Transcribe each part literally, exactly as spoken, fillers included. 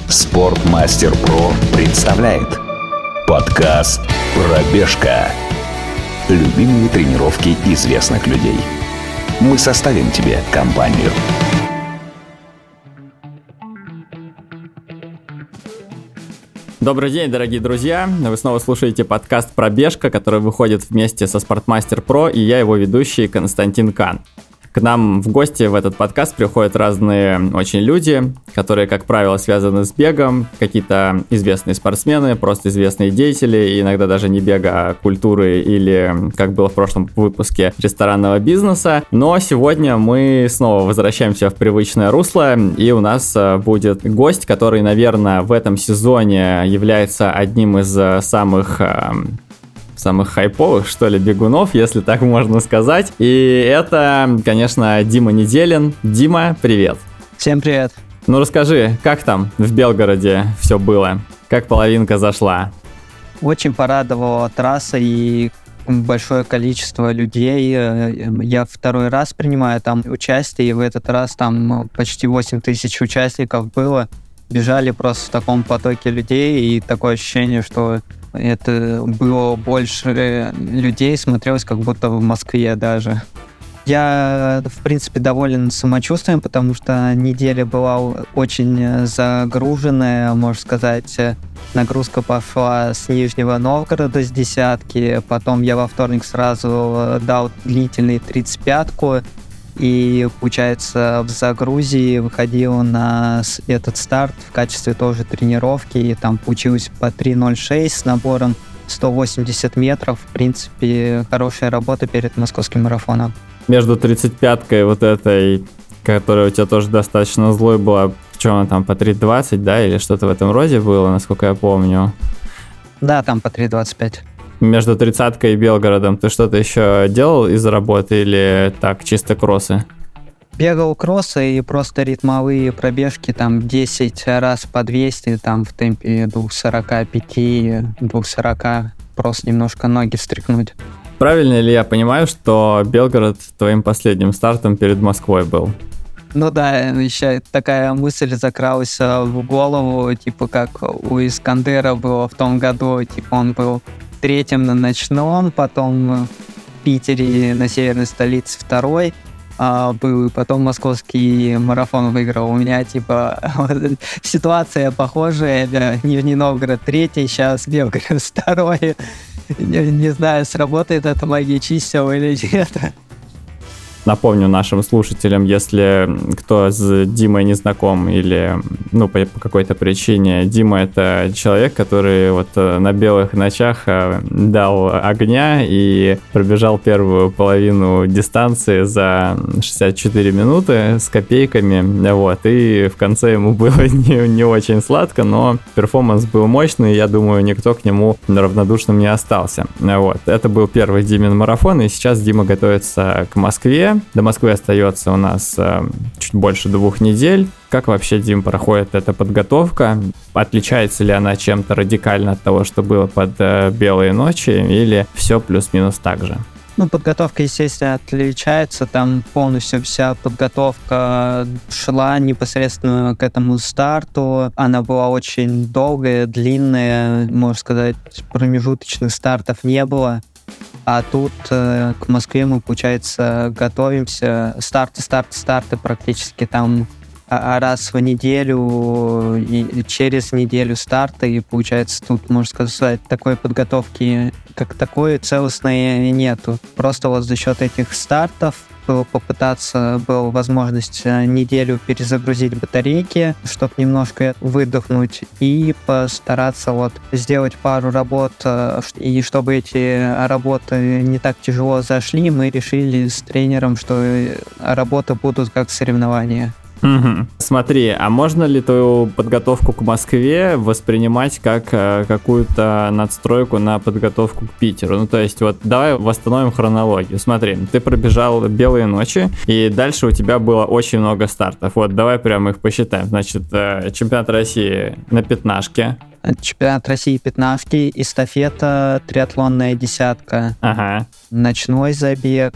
Спортмастер Про представляет подкаст «Пробежка». Любимые тренировки известных людей. Мы составим тебе компанию. Добрый день, дорогие друзья! Вы снова слушаете подкаст «Пробежка», который выходит вместе со Спортмастер Про, и я его ведущий Константин Кан. К нам в гости в этот подкаст приходят разные очень люди, которые, как правило, связаны с бегом, какие-то известные спортсмены, просто известные деятели, и иногда даже не бега, а культуры или, как было в прошлом выпуске, ресторанного бизнеса. Но сегодня мы снова возвращаемся в привычное русло, и у нас будет гость, который, наверное, в этом сезоне является одним из самых... самых хайповых, что ли, бегунов, если так можно сказать. И это, конечно, Дима Неделин. Дима, привет. Всем привет. Ну расскажи, как там в Белгороде все было? Как половинка зашла? Очень порадовала трасса и большое количество людей. Я второй раз принимаю там участие, и в этот раз там почти восемь тысяч участников было. Бежали просто в таком потоке людей, и такое ощущение, что это было больше людей, смотрелось как будто в Москве даже. Я, в принципе, доволен самочувствием, потому что неделя была очень загруженная, можно сказать. Нагрузка пошла с Нижнего Новгорода с десятки, потом я во вторник сразу дал длительный тридцать пятку, и, получается, в загрузе выходил на этот старт в качестве тоже тренировки, и там получилось по три ноль шесть с набором сто восемьдесят метров. В принципе, хорошая работа перед московским марафоном. Между тридцать пяткой вот этой, которая у тебя тоже достаточно злой была, что она там, по три двадцать, да, или что-то в этом роде было, насколько я помню? Да, там по три двадцать пять. Между тридцаткой и Белгородом ты что-то еще делал из-за работы или так, чисто кроссы? Бегал кроссы и просто ритмовые пробежки, там десять раз по двести, там в темпе двести сорок пять, двести сорок, просто немножко ноги встряхнуть. Правильно ли я понимаю, что Белгород твоим последним стартом перед Москвой был? Ну да, еще такая мысль закралась в голову, типа как у Искандера было в том году, типа он был третьим на ночном, потом в Питере на северной столице второй а, был, и потом московский марафон выиграл. У меня типа ситуация похожая, Нижний Новгород третий, сейчас Белгород второй. Не, не знаю, сработает эта магия чисел или нет. Напомню нашим слушателям, если кто с Димой не знаком или, ну, по, по какой-то причине, Дима — это человек, который вот на белых ночах дал огня и пробежал первую половину дистанции за шестьдесят четыре минуты с копейками, вот, и в конце ему было не, не очень сладко, но перформанс был мощный, и я думаю, никто к нему равнодушным не остался, вот. Это был первый Димин марафон, и сейчас Дима готовится к Москве. До Москвы остается у нас э, чуть больше двух недель. Как вообще, Дим, проходит эта подготовка? Отличается ли она чем-то радикально от того, что было под э, белые ночи, или все плюс-минус так же? Ну, подготовка, естественно, отличается. Там полностью вся подготовка шла непосредственно к этому старту. Она была очень долгая, длинная, можно сказать, промежуточных стартов не было. А тут э, к Москве мы, получается, готовимся. Старты, старты, старты практически там а, раз в неделю и через неделю старты. И, получается, тут, можно сказать, такой подготовки как такой целостной нету. Просто вот за счет этих стартов попытаться, была возможность неделю перезагрузить батарейки, чтобы немножко выдохнуть, и постараться вот сделать пару работ, и чтобы эти работы не так тяжело зашли, мы решили с тренером, что работы будут как соревнования. Угу. Смотри, а можно ли твою подготовку к Москве воспринимать как э, какую-то надстройку на подготовку к Питеру? Ну, то есть, вот давай восстановим хронологию. Смотри, ты пробежал белые ночи, и дальше у тебя было очень много стартов. Вот, давай прямо их посчитаем. Значит, э, чемпионат России на пятнашке. Чемпионат России пятнашки, эстафета, триатлонная десятка, ага. Ночной забег,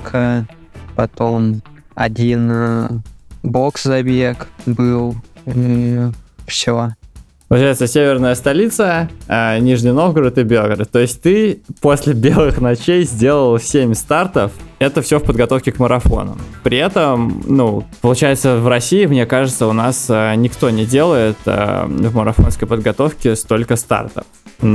потом один... бокс-забег был, и все. Получается, северная столица, э, Нижний Новгород и Белгород. То есть ты после белых ночей сделал семь стартов. Это все в подготовке к марафону. При этом, ну, получается, в России, мне кажется, у нас э, никто не делает э, в марафонской подготовке столько стартов.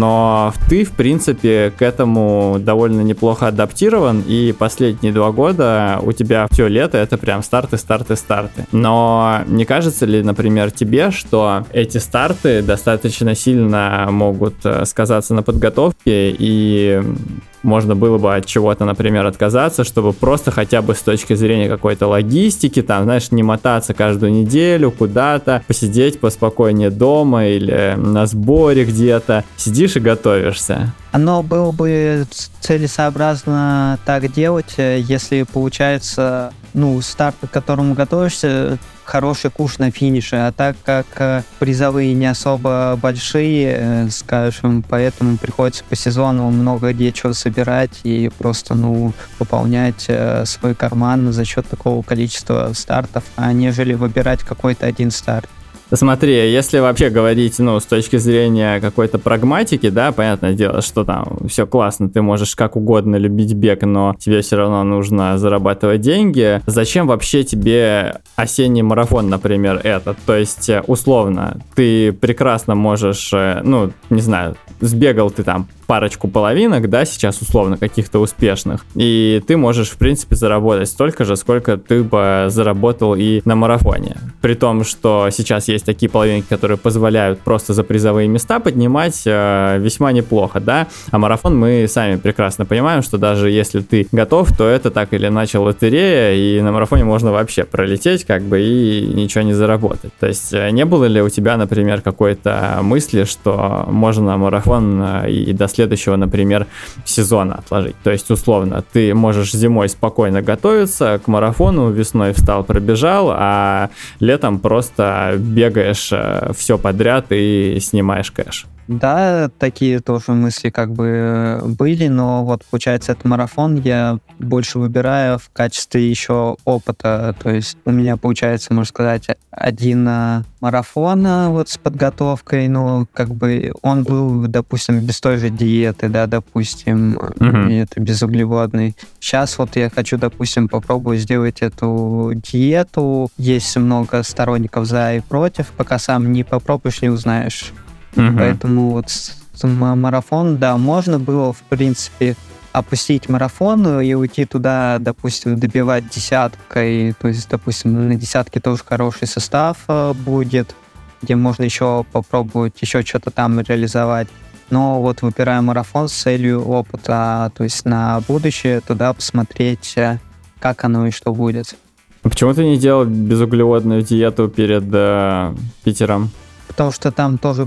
Но ты, в принципе, к этому довольно неплохо адаптирован, и последние два года у тебя все лето это прям старты, старты, старты. Но не кажется ли, например, тебе, что эти старты достаточно сильно могут сказаться на подготовке, и можно было бы от чего-то, например, отказаться, чтобы просто хотя бы с точки зрения какой-то логистики, там, знаешь, не мотаться каждую неделю куда-то, посидеть поспокойнее дома или на сборе где-то, сидишь и готовишься. Оно было бы целесообразно так делать, если получается, ну, старт, к которому готовишься, хороший куш на финише, а так как призовые не особо большие, скажем, поэтому приходится по сезону много где чего собирать и просто, ну, пополнять свой карман за счет такого количества стартов, а нежели выбирать какой-то один старт. Смотри, если вообще говорить, ну, с точки зрения какой-то прагматики, да, понятное дело, что там все классно, ты можешь как угодно любить бег, но тебе все равно нужно зарабатывать деньги. Зачем вообще тебе осенний марафон, например, этот? То есть, условно, ты прекрасно можешь, ну, не знаю, сбегал ты там парочку половинок, да, сейчас условно каких-то успешных, и ты можешь, в принципе, заработать столько же, сколько ты бы заработал и на марафоне. При том, что сейчас есть такие половинки, которые позволяют просто за призовые места поднимать э, весьма неплохо, да, а марафон мы сами прекрасно понимаем, что даже если ты готов, то это так или иначе лотерея, и на марафоне можно вообще пролететь, как бы, и ничего не заработать. То есть не было ли у тебя, например, какой-то мысли, что можно марафон и до следующего, например, сезона отложить? То есть, условно, ты можешь зимой спокойно готовиться к марафону, весной встал, пробежал, а летом просто бегаешь все подряд и снимаешь кэш. Да, такие тоже мысли как бы были, но вот получается этот марафон я больше выбираю в качестве еще опыта, то есть у меня получается, можно сказать, один марафон вот с подготовкой, но как бы он был, допустим, без той же диеты, да, допустим, mm-hmm. это безуглеводный. Сейчас вот я хочу, допустим, попробовать сделать эту диету, есть много сторонников за и против, пока сам не попробуешь, не узнаешь. Uh-huh. Поэтому вот марафон, да, можно было, в принципе, опустить марафон и уйти туда, допустим, добивать десяткой, то есть, допустим, на десятке тоже хороший состав будет, где можно еще попробовать еще что-то там реализовать. Но вот выбираю марафон с целью опыта, то есть на будущее туда посмотреть, как оно и что будет. Почему ты не делал безуглеводную диету перед э, Питером? Потому что там тоже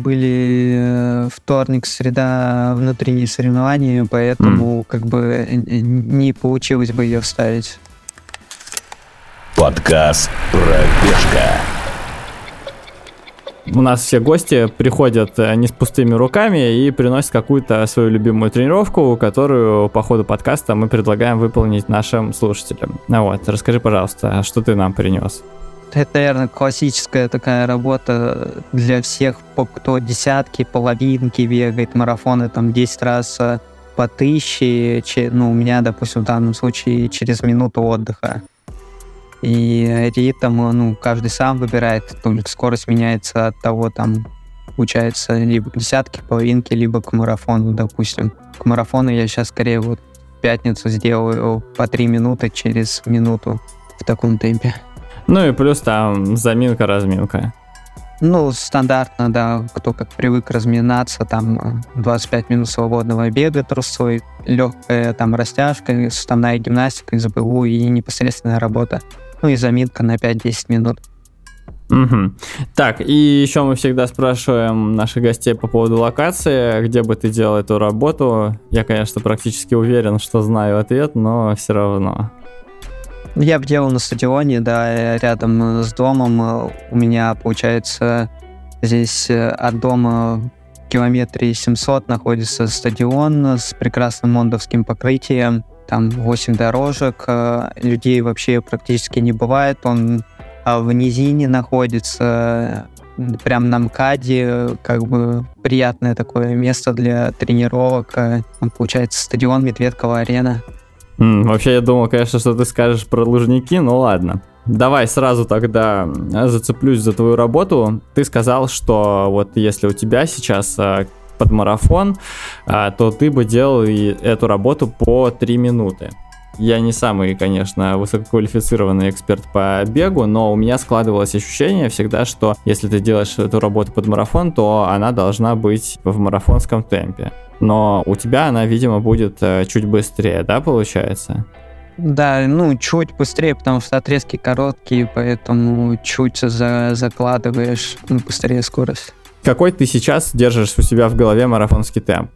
были вторник, среда, внутренние соревнования, поэтому mm. как бы не получилось бы ее вставить. Подкаст «Пробежка». У нас все гости приходят не с пустыми руками и приносят какую-то свою любимую тренировку, которую по ходу подкаста мы предлагаем выполнить нашим слушателям. Вот, расскажи, пожалуйста, что ты нам принес? Это, наверное, классическая такая работа для всех, кто десятки, половинки бегает, марафоны там десять раз по тысяче, ну, у меня, допустим, в данном случае через минуту отдыха. И ритм, ну, каждый сам выбирает, только скорость меняется от того, там, получается, либо к десятке, половинке, либо к марафону, допустим. К марафону я сейчас скорее вот в пятницу сделаю по три минуты через минуту в таком темпе. Ну и плюс там заминка-разминка. Ну, стандартно, да, кто как привык разминаться, там двадцать пять минут свободного бега трусой, легкая там растяжка, суставная гимнастика из АБУ и непосредственная работа. Ну и заминка на пять-десять минут. Угу. Так, и еще мы всегда спрашиваем наших гостей по поводу локации, где бы ты делал эту работу. Я, конечно, практически уверен, что знаю ответ, но все равно... Я бы делал на стадионе, да, рядом с домом. У меня, получается, здесь от дома в километре семьсот находится стадион с прекрасным мондовским покрытием. Там восемь дорожек, людей вообще практически не бывает. Он в низине находится, прям на МКАДе, как бы приятное такое место для тренировок. Там, получается, стадион Медведково-арена. М, вообще, я думал, конечно, что ты скажешь про Лужники, ну ладно. Давай сразу тогда зацеплюсь за твою работу. Ты сказал, что вот если у тебя сейчас а, под марафон, а, то ты бы делал и эту работу по три минуты. Я не самый, конечно, высококвалифицированный эксперт по бегу, но у меня складывалось ощущение всегда, что если ты делаешь эту работу под марафон, то она должна быть в марафонском темпе. Но у тебя она, видимо, будет э, чуть быстрее, да, получается? Да, ну, чуть быстрее, потому что отрезки короткие, поэтому чуть за- закладываешь, ну, быстрее скорость. Какой ты сейчас держишь у себя в голове марафонский темп?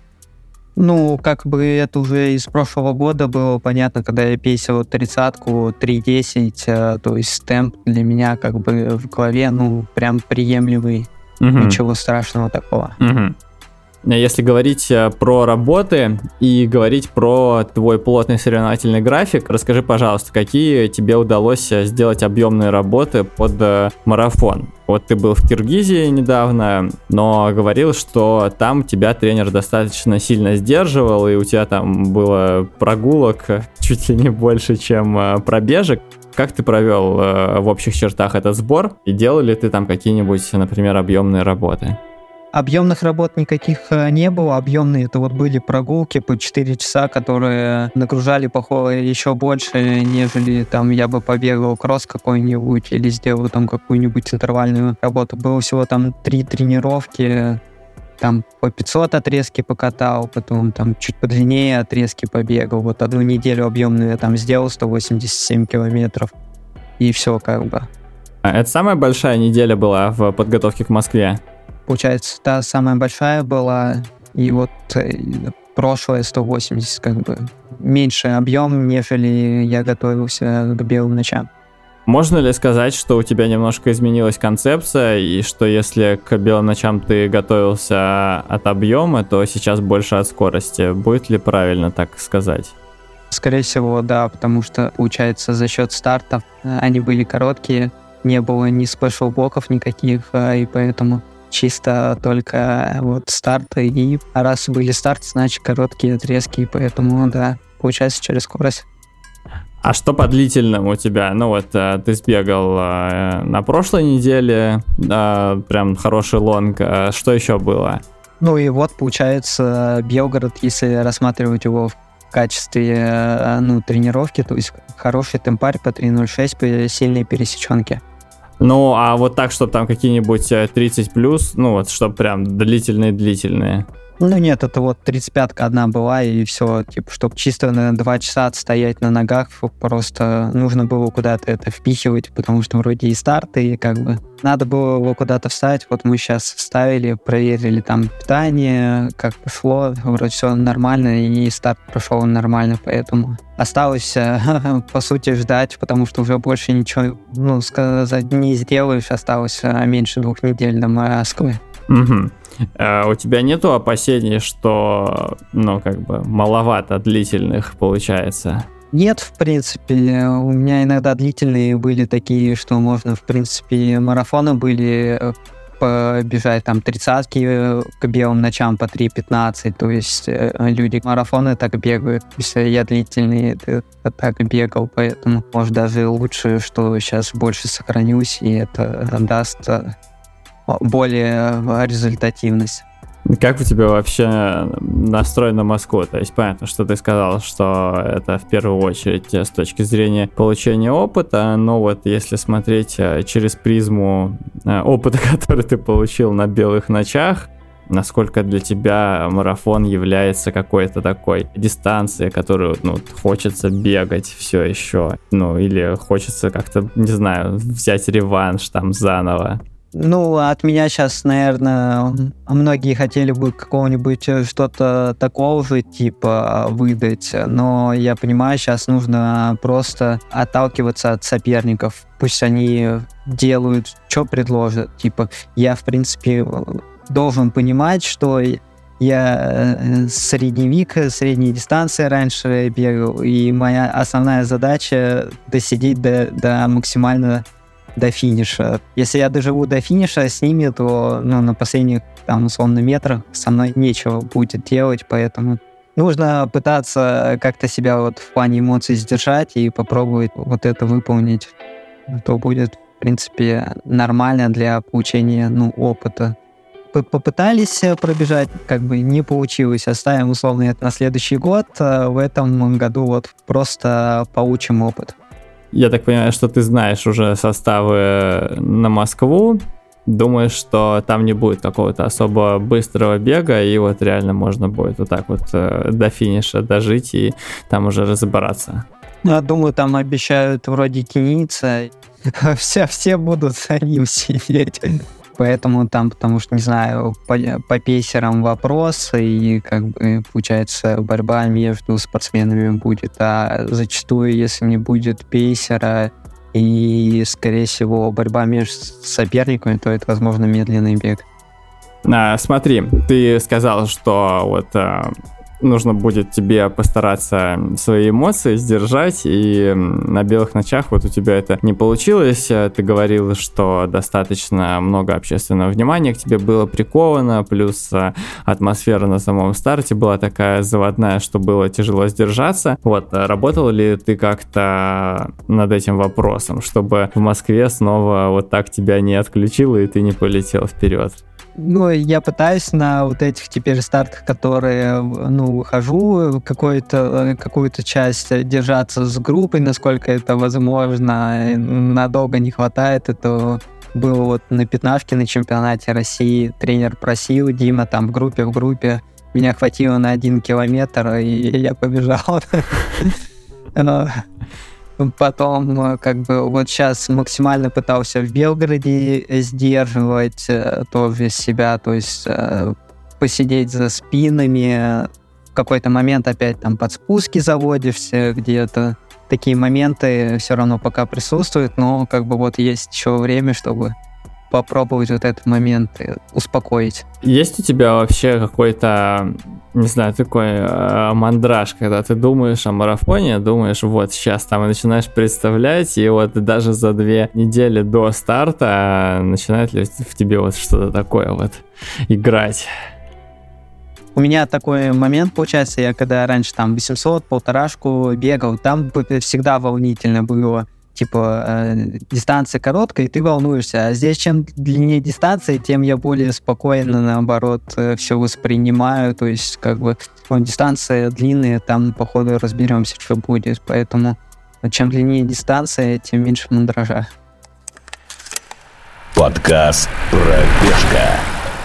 Ну, как бы это уже из прошлого года было понятно, когда я песил тридцатку, три десять, э, то есть темп для меня как бы в голове, ну, прям приемлемый, Угу. ничего страшного такого. Угу. Если говорить э, про работы и говорить про твой плотный соревновательный график, расскажи, пожалуйста, какие тебе удалось э, сделать объемные работы под э, марафон? Вот ты был в Киргизии недавно, но говорил, что там тебя тренер достаточно сильно сдерживал, и у тебя там было прогулок чуть ли не больше, чем э, пробежек. Как ты провел э, в общих чертах этот сбор? И делал ли ты там какие-нибудь, например, объемные работы? Объемных работ никаких э, не было. Объемные это вот были прогулки по четыре часа, которые нагружали, походу, еще больше, нежели там я бы побегал кросс какой-нибудь или сделал там какую-нибудь интервальную работу. Было всего там три тренировки, там по пятьсот отрезки покатал, потом там чуть подлиннее отрезки побегал. Вот одну неделю объемную я там сделал сто восемьдесят семь километров, и все как бы. А это самая большая неделя была в подготовке к Москве? Получается, та самая большая была, и вот э, прошлая сто восемьдесят, как бы меньше объем, нежели я готовился к белым ночам. Можно ли сказать, что у тебя немножко изменилась концепция, и что если к белым ночам ты готовился от объема, то сейчас больше от скорости? Будет ли правильно так сказать? Скорее всего, да, потому что, получается, за счет стартов э, они были короткие, не было ни спешл-блоков никаких, э, и поэтому чисто только вот старты, и раз были старты, значит короткие отрезки, и поэтому, да, получается через скорость. А что по длительному у тебя? Ну вот э, ты сбегал э, на прошлой неделе, э, прям хороший лонг. Э, что еще было? Ну и вот, получается, Белгород, если рассматривать его в качестве э, ну, тренировки, то есть хороший темпарь по три ноль шесть по сильной пересеченке. Ну, а вот так, чтобы там какие-нибудь тридцать плюс, ну вот, чтобы прям длительные-длительные. Ну нет, это вот тридцать пятка одна была, и все, типа, чтобы чисто на два часа отстоять на ногах, просто нужно было куда-то это впихивать, потому что вроде и старты, и как бы надо было его куда-то вставить. Вот мы сейчас вставили, проверили там питание, как пошло, вроде все нормально, и старт прошел нормально, поэтому осталось, по сути, ждать, потому что уже больше ничего, ну, сказать, не сделаешь, осталось меньше двух недель до Москвы. Угу. А у тебя нету опасений, что, ну, как бы, маловато длительных получается? Нет, в принципе. У меня иногда длительные были такие, что можно, в принципе, марафоны были побежать там тридцатки к белым ночам по три пятнадцать, то есть люди марафоны так бегают. Если я длительный, так бегал, поэтому может даже лучше, что сейчас больше сохранюсь, и это даст более результативность. Как у тебя вообще настрой на Москву? То есть понятно, что ты сказал, что это в первую очередь с точки зрения получения опыта, но вот если смотреть через призму опыта, который ты получил на белых ночах, насколько для тебя марафон является какой-то такой дистанцией, которую, ну, хочется бегать все еще, ну, или хочется как-то, не знаю, взять реванш там заново? Ну, от меня сейчас, наверное, многие хотели бы какого-нибудь что-то такого же типа выдать, но я понимаю, сейчас нужно просто отталкиваться от соперников. Пусть они делают, что предложат. Типа, я, в принципе, должен понимать, что я средневик, средние дистанции раньше бегал, и моя основная задача досидеть до, до максимально до финиша. Если я доживу до финиша с ними, то ну, на последних, там, условно, метрах со мной нечего будет делать, поэтому нужно пытаться как-то себя вот в плане эмоций сдержать и попробовать вот это выполнить. То будет, в принципе, нормально для получения, ну, опыта. Попытались пробежать, как бы не получилось. Оставим, условно, это на следующий год. В этом году вот просто получим опыт. Я так понимаю, что ты знаешь уже составы на Москву. Думаешь, что там не будет какого-то особо быстрого бега, и вот реально можно будет вот так вот э, до финиша дожить и там уже разобраться. Я думаю, там обещают вроде кенийца. Все, все будут за ним сидеть. Поэтому там, потому что, не знаю, по, по пейсерам вопрос, и как бы, получается, борьба между спортсменами будет. А зачастую, если не будет пейсера и, скорее всего, борьба между соперниками, то это, возможно, медленный бег. А, смотри, ты сказал, что вот а, нужно будет тебе постараться свои эмоции сдержать, и на белых ночах вот у тебя это не получилось. Ты говорил, что достаточно много общественного внимания к тебе было приковано, плюс атмосфера на самом старте была такая заводная, что было тяжело сдержаться. Вот, работал ли ты как-то над этим вопросом, чтобы в Москве снова вот так тебя не отключило, и ты не полетел вперед? Ну, я пытаюсь на вот этих теперь стартах, которые, ну, выхожу, какую-то, какую-то часть держаться с группой, насколько это возможно. Надолго не хватает. Это было вот на пятнашке на чемпионате России. Тренер просил, Дима, там в группе, в группе. Меня хватило на один километр, и я побежал. Потом, как бы, вот сейчас максимально пытался в Белгороде сдерживать тоже себя, то есть посидеть за спинами. В какой-то момент опять там под спуски заводишься где-то. Такие моменты все равно пока присутствуют, но как бы вот есть еще время, чтобы попробовать вот этот момент успокоить. Есть у тебя вообще какой-то, не знаю, такой э, мандраж, когда ты думаешь о марафоне, думаешь, вот сейчас там и начинаешь представлять, и вот даже за две недели до старта начинает ли в тебе вот что-то такое вот играть? У меня такой момент, получается, я когда раньше там восемьсот, полторашку бегал, там всегда волнительно было. Типа, э, дистанция короткая, и ты волнуешься. А здесь чем длиннее дистанция, тем я более спокойно, наоборот, э, все воспринимаю. То есть, как бы, ну, дистанция длинная, там, походу, разберемся, что будет. Поэтому, чем длиннее дистанция, тем меньше мандража. Подкаст «Пробежка».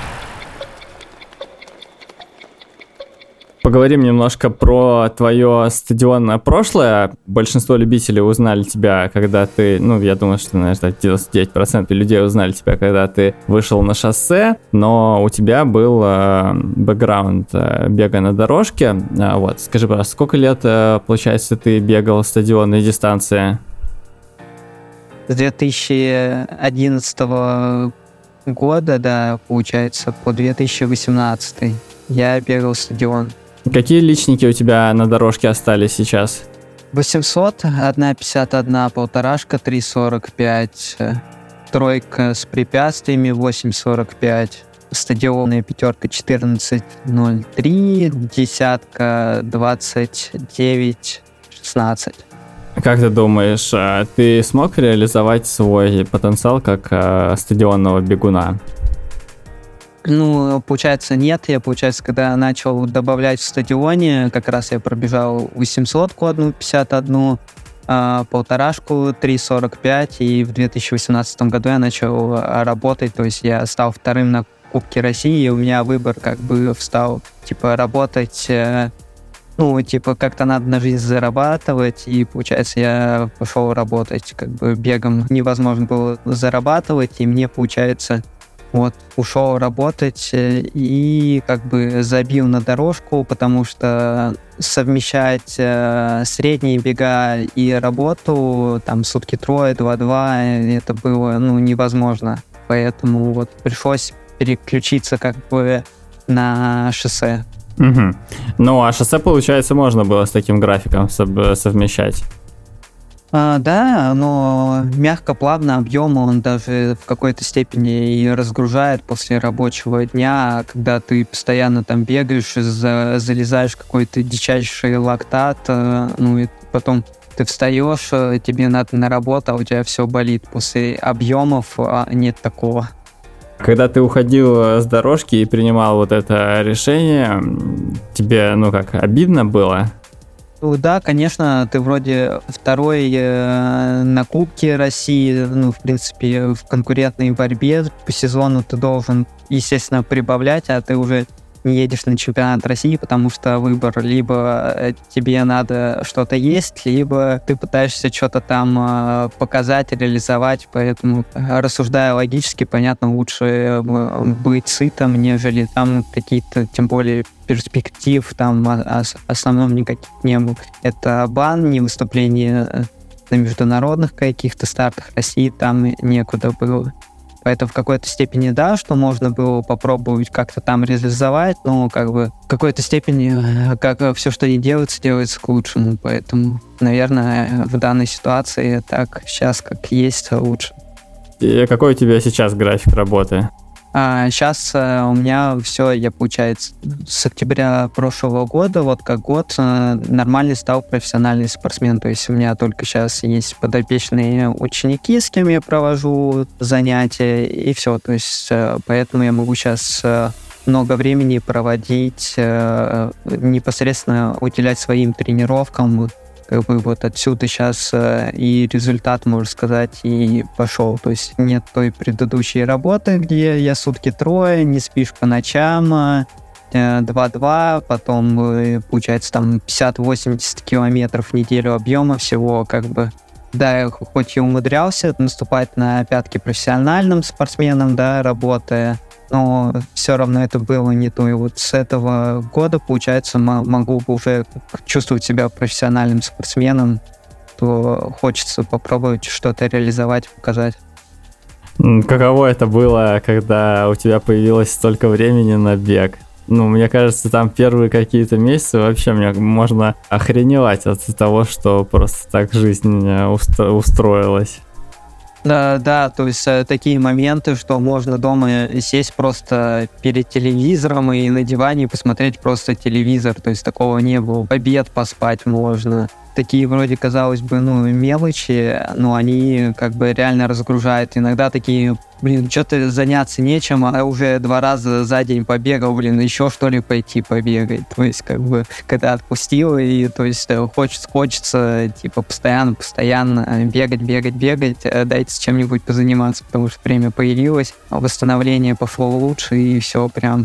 Поговорим немножко про твое стадионное прошлое. Большинство любителей узнали тебя, когда ты, ну, я думаю, что, наверное, девяносто девять процентов людей узнали тебя, когда ты вышел на шоссе, но у тебя был э, бэкграунд э, бега на дорожке. А, вот, скажи, пожалуйста, сколько лет, э, получается, ты бегал стадионные дистанции? С две тысячи одиннадцатого года, да, получается, по две тысячи восемнадцатый я бегал стадион. Какие личники у тебя на дорожке остались сейчас? восемьсот, одна пятьдесят один, полторашка, три сорок пять, тройка с препятствиями, восемь сорок пять, стадионная пятерка четырнадцать ноль три, десятка двадцать девять шестнадцать. Как ты думаешь, ты смог реализовать свой потенциал как э, стадионного бегуна? Ну, получается, нет. Я, получается, когда начал добавлять в стадионе, как раз я пробежал восемьсотку, одну пятьдесят один, а, полторашку, три сорок пять, и в две тысячи восемнадцатом году я начал работать, то есть я стал вторым на Кубке России, и у меня выбор как бы встал, типа, работать, ну, типа, как-то надо на жизнь зарабатывать, и, получается, я пошел работать, как бы бегом невозможно было зарабатывать, и мне, получается, вот, ушел работать и как бы забил на дорожку, потому что совмещать э, средние бега и работу, там, сутки трое, два-два, это было, ну, невозможно. Поэтому вот пришлось переключиться как бы на шоссе. Угу. Ну, а шоссе, получается, можно было с таким графиком совмещать? А, да, но мягко, плавно, объем он даже в какой-то степени и разгружает после рабочего дня, когда ты постоянно там бегаешь, за, залезаешь в какой-то дичайший лактат, э, ну и потом ты встаешь, э, тебе надо на работу, а у тебя все болит. После объемов а, нет такого. Когда ты уходил с дорожки и принимал вот это решение, тебе, ну как, обидно было? Ну да, конечно, ты вроде второй э, на Кубке России, ну, в принципе, в конкурентной борьбе по сезону ты должен, естественно, прибавлять, а ты уже не едешь на чемпионат России, потому что выбор: либо тебе надо что-то есть, либо ты пытаешься что-то там э, показать, реализовать, поэтому, рассуждая логически, понятно, лучше быть сытым, нежели там какие-то, тем более, перспектив там в основном никаких не было. Это бан, не выступление на международных каких-то стартах России, там некуда было. Поэтому в какой-то степени да, что можно было попробовать как-то там реализовать, но как бы в какой-то степени, как все, что не делается, делается к лучшему. Поэтому, наверное, в данной ситуации так сейчас как есть лучше. И какой у тебя сейчас график работы? А сейчас э, у меня все, я, получается, с октября прошлого года, вот как год, э, нормально стал профессиональный спортсмен. То есть у меня только сейчас есть подопечные ученики, с кем я провожу занятия, и все. То есть э, поэтому я могу сейчас э, много времени проводить, э, непосредственно уделять своим тренировкам. Как бы вот отсюда сейчас э, и результат, можно сказать, и пошел. То есть нет той предыдущей работы, где я сутки трое, не спишь по ночам, э, два-два, потом, э, получается, там пятьдесят-восемьдесят километров в неделю объема всего, как бы. Да, я хоть и умудрялся наступать на пятки профессиональным спортсменам, да, работая, но все равно это было не то. И вот с этого года, получается, м- могу уже чувствовать себя профессиональным спортсменом, то хочется попробовать что-то реализовать, показать. Каково это было, когда у тебя появилось столько времени на бег? Ну, мне кажется, там первые какие-то месяцы вообще мне можно охреневать от того, что просто так жизнь устро- устроилась. Да, да, то есть э, такие моменты, что можно дома сесть просто перед телевизором и на диване посмотреть просто телевизор, то есть такого не было. В обед поспать можно. Такие вроде, казалось бы, ну, мелочи, но они как бы реально разгружают. Иногда такие, блин, что-то заняться нечем, а уже два раза за день побегал, блин, еще что ли пойти побегать. То есть как бы когда отпустил, и то есть хочется, хочется типа постоянно, постоянно бегать, бегать, бегать, дайте с чем-нибудь позаниматься, потому что время появилось, восстановление пошло лучше, и все прям.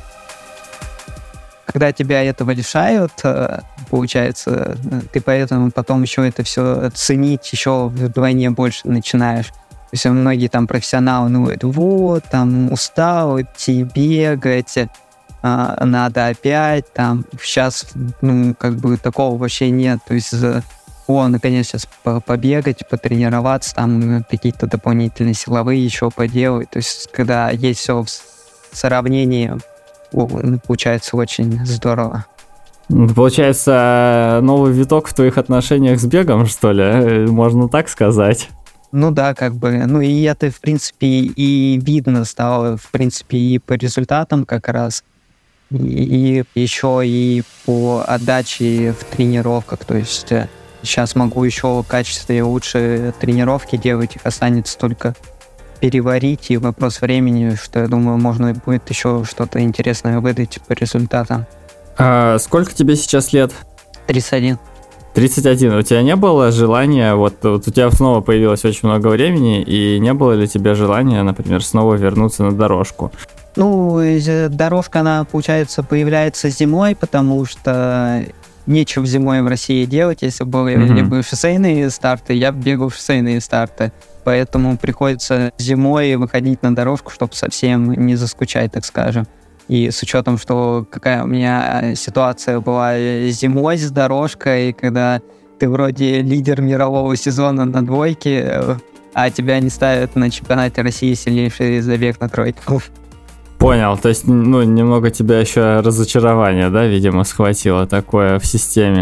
Когда тебя этого лишают, получается, ты поэтому потом еще это все ценить еще вдвойне больше начинаешь. То есть многие там профессионалы, ну, вот, там, устал идти бегать, а, надо опять, там, сейчас, ну, как бы такого вообще нет. То есть, о, наконец, сейчас побегать, потренироваться, там, какие-то дополнительные силовые еще поделать. То есть, когда есть все в сравнении, получается очень здорово. Получается, новый виток в твоих отношениях с бегом, что ли? Можно так сказать? Ну да, как бы. Ну и это, в принципе, и видно стало, в принципе, и по результатам как раз, и, и еще и по отдаче в тренировках. То есть сейчас могу еще качественнее лучше тренировки делать, их останется только переварить, и вопрос времени, что, я думаю, можно будет еще что-то интересное выдать по результатам. А сколько тебе сейчас лет? тридцать один. тридцать один. У тебя не было желания, вот, вот у тебя снова появилось очень много времени, и не было ли тебе желания, например, снова вернуться на дорожку? Ну, дорожка, она, получается, появляется зимой, потому что нечего зимой в России делать. Если бы mm-hmm. либо шоссейные старты, я бы бегал шоссейные старты. Поэтому приходится зимой выходить на дорожку, чтобы совсем не заскучать, так скажем. И с учетом, что какая у меня ситуация была зимой с дорожкой, когда ты вроде лидер мирового сезона на двойке, а тебя не ставят на чемпионате России сильнейший забег на тройку. Понял, то есть, ну, немного тебя еще разочарование, да, видимо, схватило такое в системе.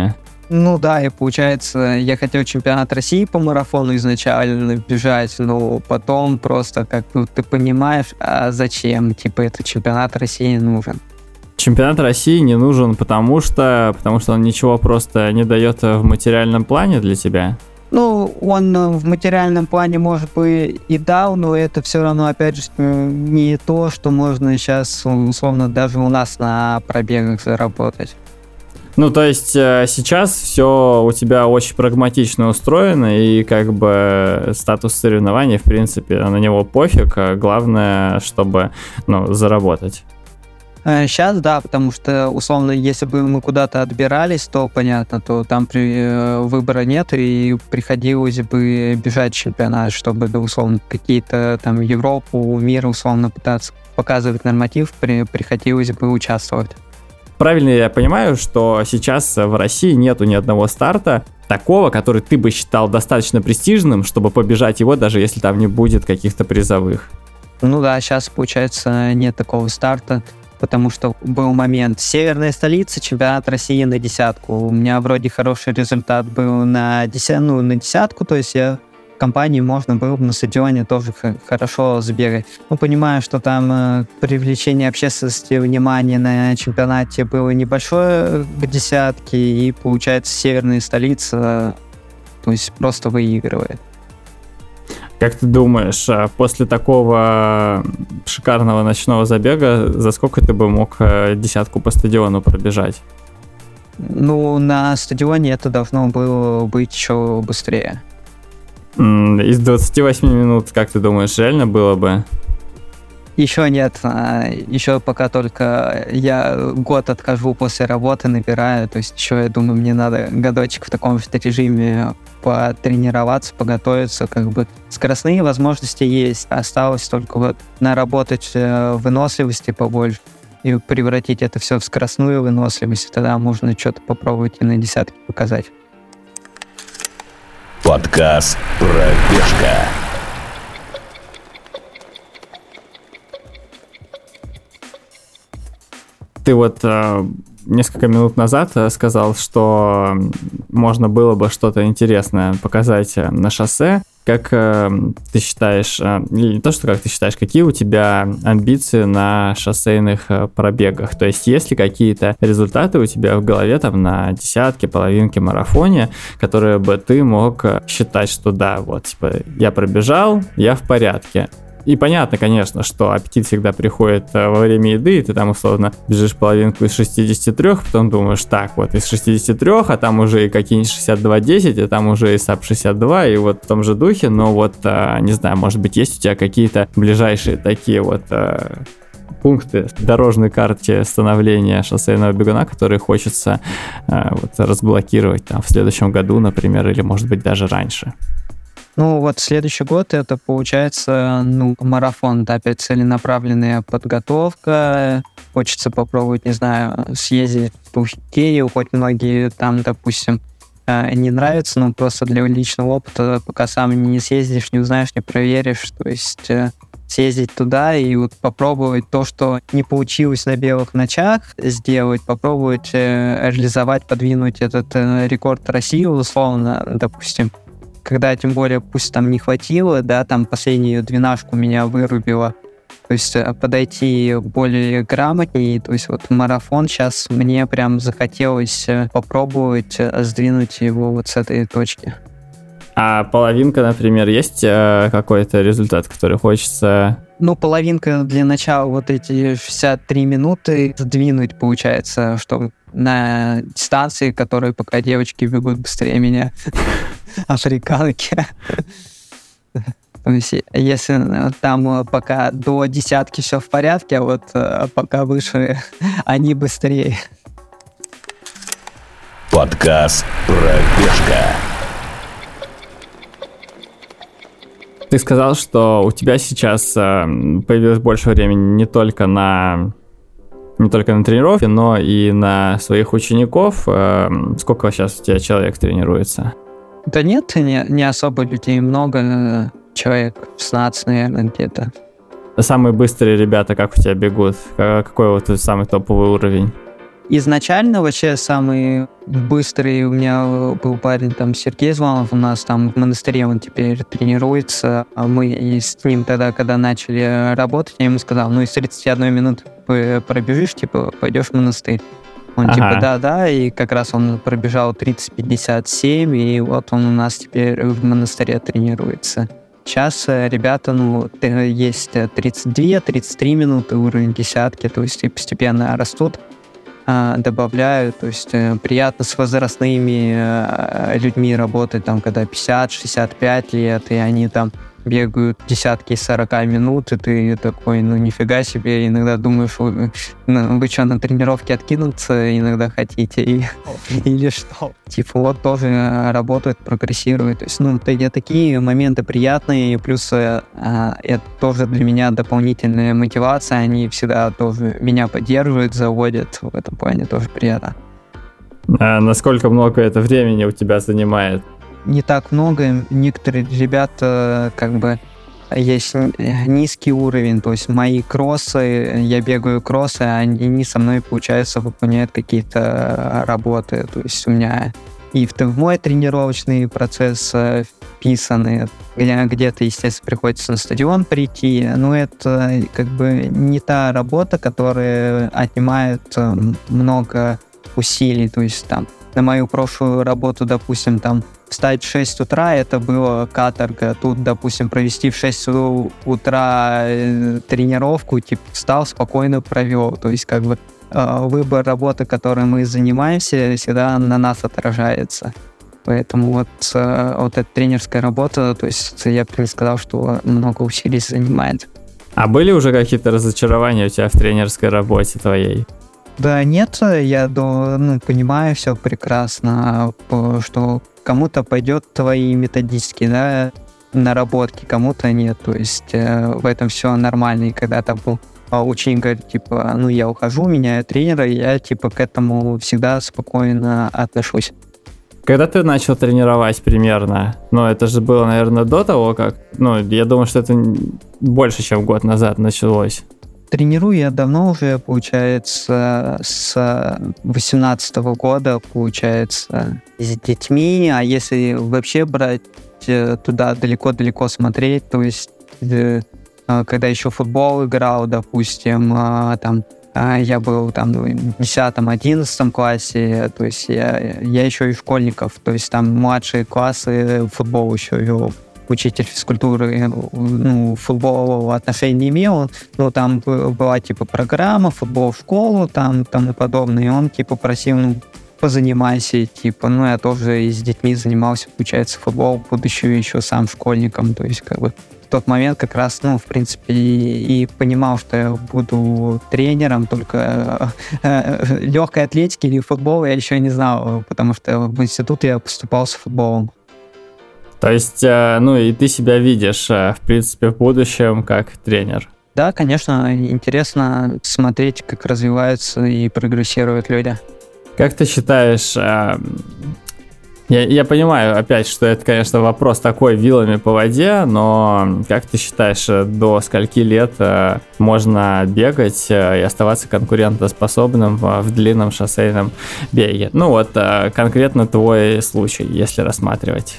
Ну да, и получается, я хотел чемпионат России по марафону изначально бежать, но потом просто как бы ты понимаешь, а зачем, типа, этот чемпионат России нужен. Чемпионат России не нужен, потому что, потому что он ничего просто не дает в материальном плане для тебя? Ну, он в материальном плане, может быть, и дал, но это все равно, опять же, не то, что можно сейчас, условно, даже у нас на пробегах заработать. Ну, то есть сейчас все у тебя очень прагматично устроено, и как бы статус соревнований, в принципе, на него пофиг, главное, чтобы, ну, заработать. Сейчас, да, потому что, условно, если бы мы куда-то отбирались, то, понятно, то там при, выбора нет, и приходилось бы бежать чемпионат, чтобы, да, условно, какие-то там Европу, мир, условно, пытаться показывать норматив, при, приходилось бы участвовать. Правильно я понимаю, что сейчас в России нету ни одного старта такого, который ты бы считал достаточно престижным, чтобы побежать его, даже если там не будет каких-то призовых? Ну да, сейчас, получается, нет такого старта, потому что был момент северная столица, чемпионат России на десятку. У меня вроде хороший результат был на, деся... ну, на десятку, то есть я в компании можно было бы на стадионе тоже х- хорошо сбегать. Ну, понимаю, что там э, привлечение общественности, внимания на чемпионате было небольшое к десятке, и, получается, северная столица, то есть просто выигрывает. Как ты думаешь, после такого шикарного ночного забега, за сколько ты бы мог десятку по стадиону пробежать? Ну, на стадионе это должно было быть еще быстрее. Из двадцати восьми минут, как ты думаешь, реально было бы? Еще нет, еще пока только я год отхожу после работы, набираю, то есть еще, я думаю, мне надо годочек в таком же режиме потренироваться, поготовиться, как бы скоростные возможности есть, осталось только вот наработать выносливости побольше и превратить это все в скоростную выносливость, тогда можно что-то попробовать и на десятке показать. Подкаст «Пробежка». Ты вот э, несколько минут назад сказал, что можно было бы что-то интересное показать на шоссе. Как э, ты считаешь, э, не то, что как ты считаешь, какие у тебя амбиции на шоссейных э, пробегах? То есть есть ли какие-то результаты у тебя в голове там на десятке, половинке, марафоне, которые бы ты мог считать, что да, вот, типа, я пробежал, я в порядке? И понятно, конечно, что аппетит всегда приходит во время еды, и ты там условно бежишь половинку из шестидесяти трёх, потом думаешь, так, вот из шестидесяти трёх, а там уже и какие-нибудь шестьдесят два десять, а там уже и САП шестьдесят два, и вот в том же духе, но вот, не знаю, может быть, есть у тебя какие-то ближайшие такие вот пункты в дорожной карте становления шоссейного бегуна, которые хочется вот разблокировать там в следующем году, например, или, может быть, даже раньше? Ну, вот следующий год это получается, ну, марафон, да, опять целенаправленная подготовка. Хочется попробовать, не знаю, съездить в Туркию, хоть многие там, допустим, не нравится, но просто для личного опыта, пока сам не съездишь, не узнаешь, не проверишь, то есть съездить туда и вот попробовать то, что не получилось на белых ночах сделать, попробовать реализовать, подвинуть этот рекорд России, условно, допустим. Когда, тем более, пусть там не хватило, да, там последнюю двенашку меня вырубило, то есть подойти более грамотнее, то есть вот марафон сейчас мне прям захотелось попробовать сдвинуть его вот с этой точки. А половинка, например, есть э, какой-то результат, который хочется... Ну, половинка для начала вот эти шестьдесят три минуты сдвинуть, получается, что на дистанции, которые пока девочки бегут быстрее меня, африканки. То есть, если там пока до десятки все в порядке, а вот пока выше они быстрее. Подкаст «Пробежка». Ты сказал, что у тебя сейчас появилось больше времени не только на не только на тренировки, но и на своих учеников. Сколько сейчас у тебя человек тренируется? Да нет, не, не особо людей много, человек шестнадцать, наверное, где-то. Самые быстрые ребята как у тебя бегут? Какой вот самый топовый уровень? изначально вообще самый быстрый у меня был парень, там, Сергей Званов, у нас там в монастыре он теперь тренируется, а мы и с ним тогда, когда начали работать, я ему сказал, ну, из тридцати одной минуты пробежишь, типа, пойдешь в монастырь. Он ага. типа, да-да, и как раз он пробежал тридцать пятьдесят семь, и вот он у нас теперь в монастыре тренируется. Сейчас ребята, ну, есть тридцать две - тридцать три минуты, уровень десятки, то есть и постепенно растут, добавляют, то есть приятно с возрастными людьми работать, там, когда пятьдесят - шестьдесят пять лет, и они там бегают десятки сорока минут, и ты такой, ну, нифига себе, иногда думаешь, вы, ну, вы что, на тренировке откинуться иногда хотите, и, или что? Типа, вот тоже работают, прогрессируют, то есть, ну, такие моменты приятные, плюс а, это тоже для меня дополнительная мотивация, они всегда тоже меня поддерживают, заводят, в этом плане тоже приятно. А насколько много это времени у тебя занимает? Не так много. Некоторые ребята, как бы, есть низкий уровень, то есть мои кроссы, я бегаю кроссы, а они со мной, получается, выполняют какие-то работы. То есть у меня и в мой тренировочный процесс вписаны, где-то, естественно, приходится на стадион прийти, но это как бы не та работа, которая отнимает много усилий, то есть там на мою прошлую работу, допустим, там встать в шесть утра, это было каторга. Тут, допустим, провести в шесть утра тренировку, типа, встал, спокойно провел. То есть, как бы, выбор работы, которой мы занимаемся, всегда на нас отражается. Поэтому вот, вот эта тренерская работа, то есть, я бы не сказал, что много усилий занимает. А были уже какие-то разочарования у тебя в тренерской работе твоей? Да нет, я ну, понимаю все прекрасно, что кому-то пойдет твои методические, да, наработки, кому-то нет. То есть э, в этом все нормально. И когда там был ученик, говорит, типа, ну я ухожу, меняю тренера, и я типа к этому всегда спокойно отношусь. Когда ты начал тренировать примерно? Ну, это же было, наверное, до того, как... Ну, я думаю, что это больше, чем год назад началось. Тренирую я давно уже, получается, с восемнадцатого года, получается, с детьми, а если вообще брать туда далеко-далеко смотреть, то есть, когда еще футбол играл, допустим, там, я был там в десятом-одиннадцатом классе, то есть я, я еще и школьников, то есть там младшие классы футбол еще вел. Учитель физкультуры, ну, футбол отношения не имел, но там была, типа, программа, футбол в школу, там, там и подобное, и он, типа, просил, ну, позанимайся, типа, ну, я тоже и с детьми занимался, получается, футбол, будучи еще сам школьником, то есть, как бы, в тот момент как раз, ну, в принципе, и, и понимал, что я буду тренером, только э, э, легкой атлетики или футбола я еще не знал, потому что в институт я поступал с футболом. То есть, ну и ты себя видишь, в принципе, в будущем как тренер? Да, конечно, интересно смотреть, как развиваются и прогрессируют люди. Как ты считаешь, я, я понимаю, опять, что это, конечно, вопрос такой вилами по воде, но как ты считаешь, до скольки лет можно бегать и оставаться конкурентоспособным в длинном шоссейном беге? Ну вот, конкретно твой случай, если рассматривать.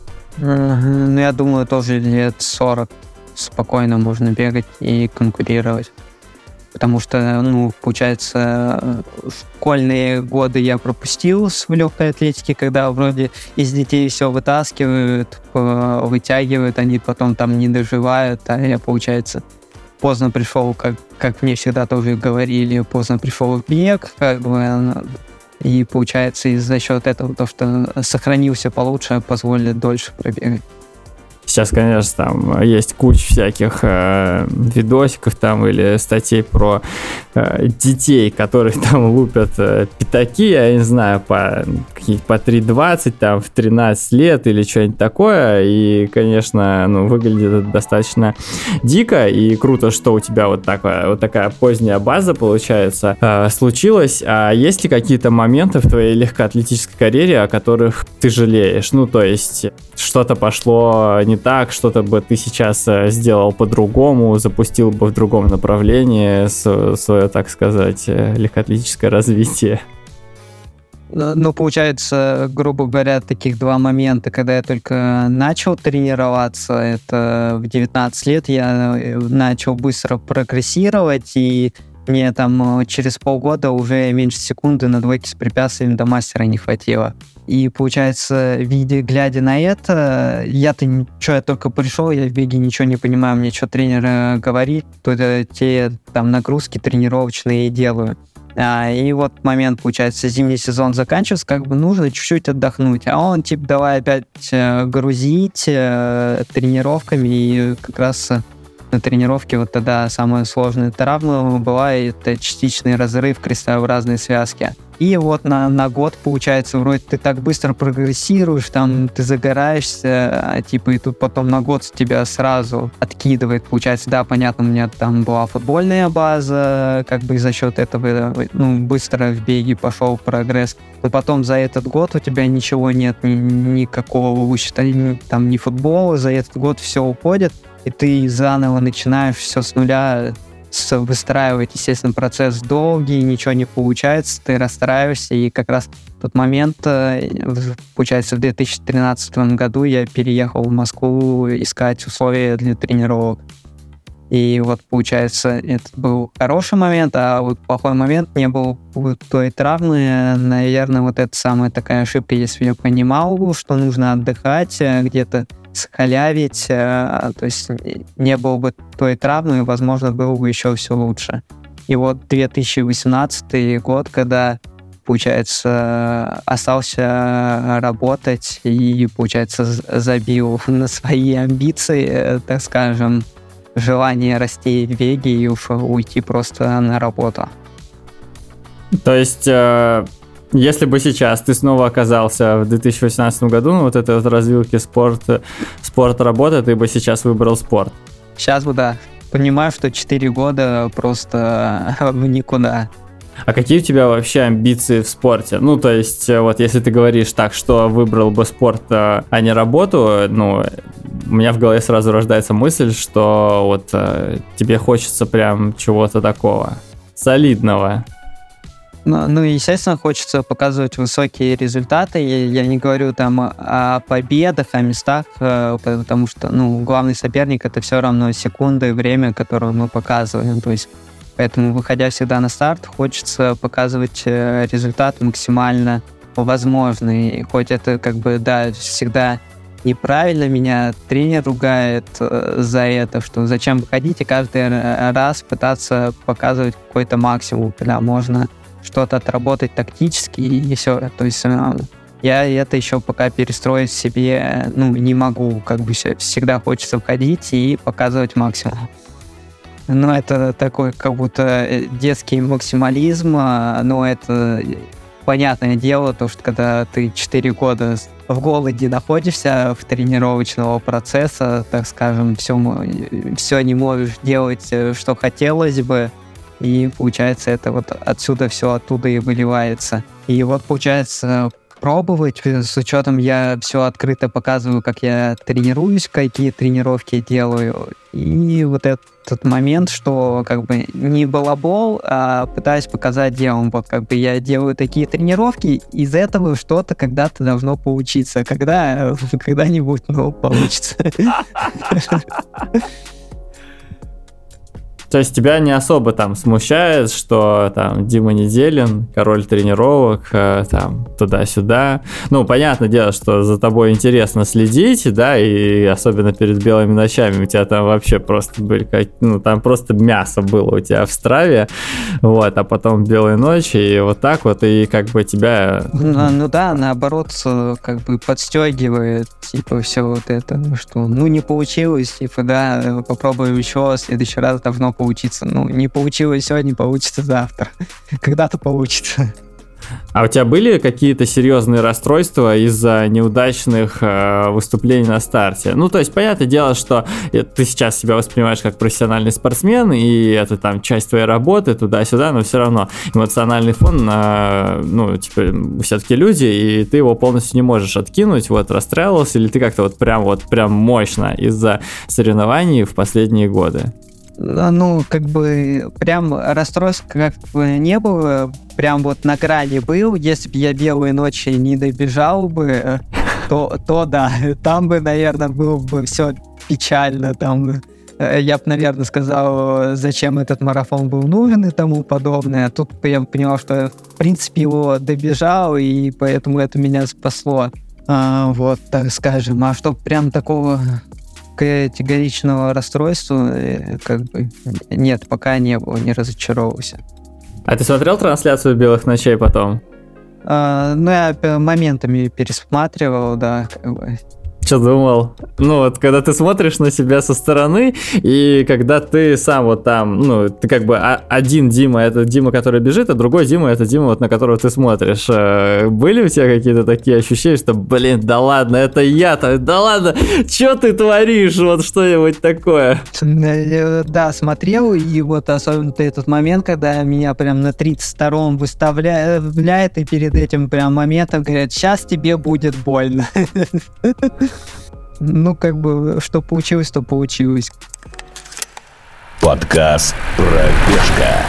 Ну, я думаю, тоже лет сорок спокойно можно бегать и конкурировать. Потому что, ну, получается, школьные годы я пропустил в легкой атлетике, когда вроде из детей все вытаскивают, вытягивают, они потом там не доживают, а я, получается, поздно пришел, как, как мне всегда тоже говорили, поздно пришел в бег, как бы. И получается, и за счет этого то, что сохранился получше, позволит дольше пробегать. Сейчас, конечно, там есть куча всяких э, видосиков там или статей про э, детей, которые там лупят э, пятаки, я не знаю, по, по три двадцать, там, в тринадцать лет или что-нибудь такое. И, конечно, ну, выглядит это достаточно дико. И круто, что у тебя вот такая, вот такая поздняя база, получается, э, случилась. А есть ли какие-то моменты в твоей легкоатлетической карьере, о которых ты жалеешь? Ну, то есть, что-то пошло не так, что-то бы ты сейчас сделал по-другому, запустил бы в другом направлении свое, так сказать, легкоатлетическое развитие? Ну, получается, грубо говоря, таких два момента, когда я только начал тренироваться, это в девятнадцать лет я начал быстро прогрессировать, и мне там через полгода уже меньше секунды на двойке с препятствиями до мастера не хватило. И получается, видя, глядя на это, я-то, что я только пришел, я в беге ничего не понимаю, мне что тренер говорит, то это те там нагрузки тренировочные делаю. А, и вот момент, получается, зимний сезон заканчивается, как бы нужно чуть-чуть отдохнуть. А он, типа, давай опять э, грузить э, тренировками, и как раз на тренировке вот тогда самая сложная травма была, это частичный разрыв крестообразной связки. И вот на, на год, получается, вроде ты так быстро прогрессируешь, там ты загораешься, типа, и тут потом на год тебя сразу откидывает. Получается, да, понятно, у меня там была футбольная база, как бы за счет этого, ну, быстро в беге пошел прогресс. Но потом за этот год у тебя ничего нет, ни, никакого, считай, там, ни футбола, за этот год все уходит, и ты заново начинаешь все с нуля выстраивать, естественно, процесс долгий, ничего не получается, ты расстраиваешься, и как раз в тот момент, получается, в две тысячи тринадцатом году я переехал в Москву искать условия для тренировок. И вот, получается, это был хороший момент, а вот плохой момент не был той травмы. Наверное, вот это самая такая ошибка, если я понимал, что нужно отдыхать, где-то схалявить, то есть не было бы той травмы, возможно, было бы еще все лучше. И вот две тысячи восемнадцатый год, когда, получается, остался работать и, получается, забил на свои амбиции, так скажем, желание расти в беге и уйти просто на работу. То есть... Э... Если бы сейчас ты снова оказался в две тысячи восемнадцатом году, ну, вот этой вот развилке спорт, спорт работы, ты бы сейчас выбрал спорт? Сейчас бы, да. Понимаю, что четыре года просто в никуда. А какие у тебя вообще амбиции в спорте? Ну, то есть, вот если ты говоришь так, что выбрал бы спорт, а не работу, ну, у меня в голове сразу рождается мысль, что вот тебе хочется прям чего-то такого солидного. Ну, ну, естественно, хочется показывать высокие результаты. Я, я не говорю там о победах, о местах, потому что, ну, главный соперник — это все равно секунды, время, которое мы показываем. То есть, поэтому, выходя всегда на старт, хочется показывать результат максимально возможный. Хоть это, как бы, да, всегда неправильно, меня тренер ругает за это, что зачем выходить и каждый раз пытаться показывать какой-то максимум, когда можно что-то отработать тактически и все. То есть я это еще пока перестроить себе, ну, не могу. Как бы всегда хочется входить и показывать максимум. Ну, это такой как будто детский максимализм, но это понятное дело, то, что когда ты четыре года в голоде находишься в тренировочного процесса, так скажем, все, все не можешь делать, что хотелось бы, и получается, это вот отсюда все оттуда и выливается. И вот получается пробовать, с учетом я все открыто показываю, как я тренируюсь, какие тренировки делаю. И вот этот момент, что как бы не балабол, а пытаюсь показать делом. Вот как бы я делаю такие тренировки, из этого что-то когда-то должно получиться. Когда, когда-нибудь, ну, получится. То есть тебя не особо там смущает, что там Дима Неделин, король тренировок, э, там туда-сюда. Ну, понятное дело, что за тобой интересно следить, да, и особенно перед белыми ночами у тебя там вообще просто были, как, ну, там просто мясо было у тебя в страве, вот, а потом белые ночи, и вот так вот, и как бы тебя... Ну, ну да, наоборот, как бы подстегивает, типа, все вот это, что, ну, не получилось, типа, да, попробуем еще, в следующий раз давно получиться. Ну, не получилось сегодня, получится завтра. Когда-то получится. А у тебя были какие-то серьезные расстройства из-за неудачных э, выступлений на старте? Ну, то есть, понятное дело, что ты сейчас себя воспринимаешь как профессиональный спортсмен, и это там часть твоей работы, туда-сюда, но все равно эмоциональный фон, э, ну, типа, все-таки люди, и ты его полностью не можешь откинуть, вот, расстраивался, или ты как-то вот прям вот прям мощно из-за соревнований в последние годы? Ну, как бы, прям расстройств как бы не было, прям вот на грани был. Если бы я белые ночи не добежал бы, то, то да, там бы, наверное, было бы все печально, там я бы, наверное, сказал, зачем этот марафон был нужен и тому подобное. А тут я понял, что, в принципе, его добежал, и поэтому это меня спасло. А, вот, так скажем. А что прям такого категоричного расстройства, как бы, нет, пока не было, не разочаровался. А ты смотрел трансляцию «Белых ночей» потом? А, ну, я моментами пересматривал, да, как бы. Что думал? Ну вот, когда ты смотришь на себя со стороны, и когда ты сам вот там, ну, ты как бы один Дима, это Дима, который бежит, а другой Дима, это Дима, вот на которого ты смотришь. Были у тебя какие-то такие ощущения, что, блин, да ладно, это я-то, да ладно, что ты творишь, вот что-нибудь такое? Да, смотрел, и вот особенно этот момент, когда меня прям на тридцать втором выставляет, и перед этим прям моментом говорят, сейчас тебе будет больно. Ну, как бы, что получилось, то получилось. Подкаст «Пробежка».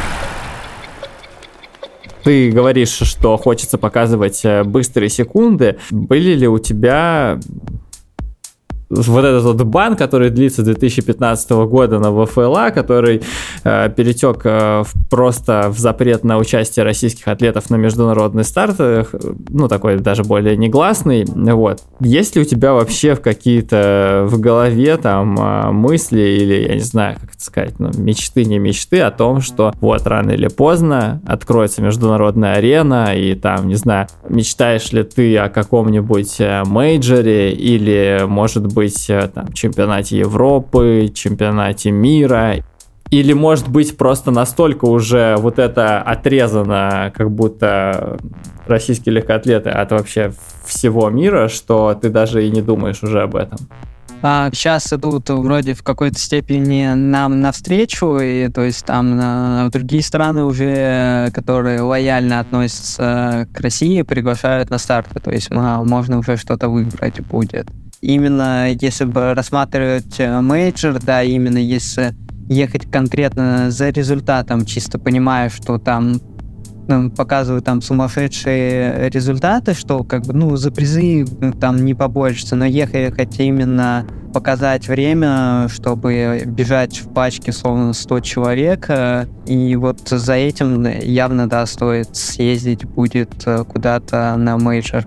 Ты говоришь, что хочется показывать быстрые секунды. Были ли у тебя вот этот вот бан, который длится с две тысячи пятнадцатого года на ВФЛА, который э, перетек э, в, просто в запрет на участие российских атлетов на международных стартах, ну, такой даже более негласный, вот. Есть ли у тебя вообще какие-то в голове там мысли или, я не знаю, как это сказать, ну, мечты, не мечты о том, что вот рано или поздно откроется международная арена, и там, не знаю, мечтаешь ли ты о каком-нибудь мейджоре или, может быть, быть там, чемпионате Европы, чемпионате мира, или, может быть, просто настолько уже вот это отрезано, как будто российские легкоатлеты от вообще всего мира, что ты даже и не думаешь уже об этом. А, сейчас идут вроде в какой-то степени нам навстречу, и то есть там а, другие страны уже, которые лояльно относятся к России, приглашают на старты, то есть а, можно уже что-то выбрать будет. Именно если бы рассматривать мейджор, да, именно если ехать конкретно за результатом, чисто понимая, что там ну, показывают там сумасшедшие результаты, что как бы, ну, за призы там не побольше, но ехать именно показать время, чтобы бежать в пачке, словно сто человек, и вот за этим явно, да, стоит съездить будет куда-то на мейджор.